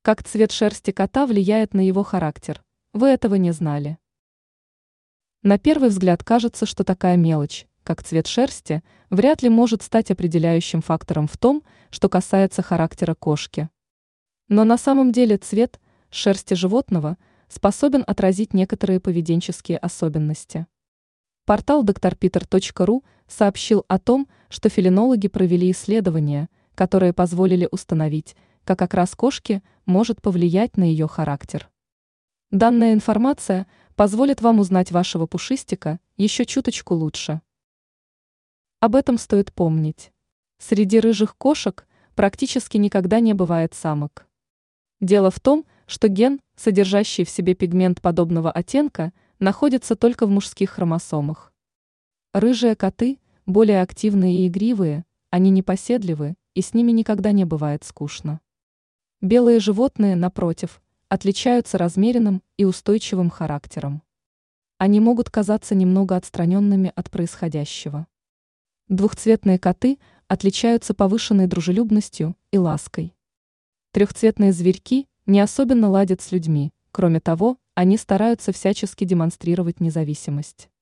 Как цвет шерсти кота влияет на его характер? Вы этого не знали? На первый взгляд кажется, что такая мелочь, как цвет шерсти, вряд ли может стать определяющим фактором в том, что касается характера кошки. Но на самом деле цвет шерсти животного способен отразить некоторые поведенческие особенности. Портал drpeter.ru сообщил о том, что фелинологи провели исследования, которые позволили установить, как окрас кошки может повлиять на ее характер. Данная информация позволит вам узнать вашего пушистика еще чуточку лучше. Об этом стоит помнить. Среди рыжих кошек практически никогда не бывает самок. Дело в том, что ген, содержащий в себе пигмент подобного оттенка, находится только в мужских хромосомах. Рыжие коты более активные и игривые, они непоседливы, и с ними никогда не бывает скучно. Белые животные, напротив, отличаются размеренным и устойчивым характером. Они могут казаться немного отстраненными от происходящего. Двухцветные коты отличаются повышенной дружелюбностью и лаской. Трехцветные зверьки не особенно ладят с людьми, кроме того, они стараются всячески демонстрировать независимость.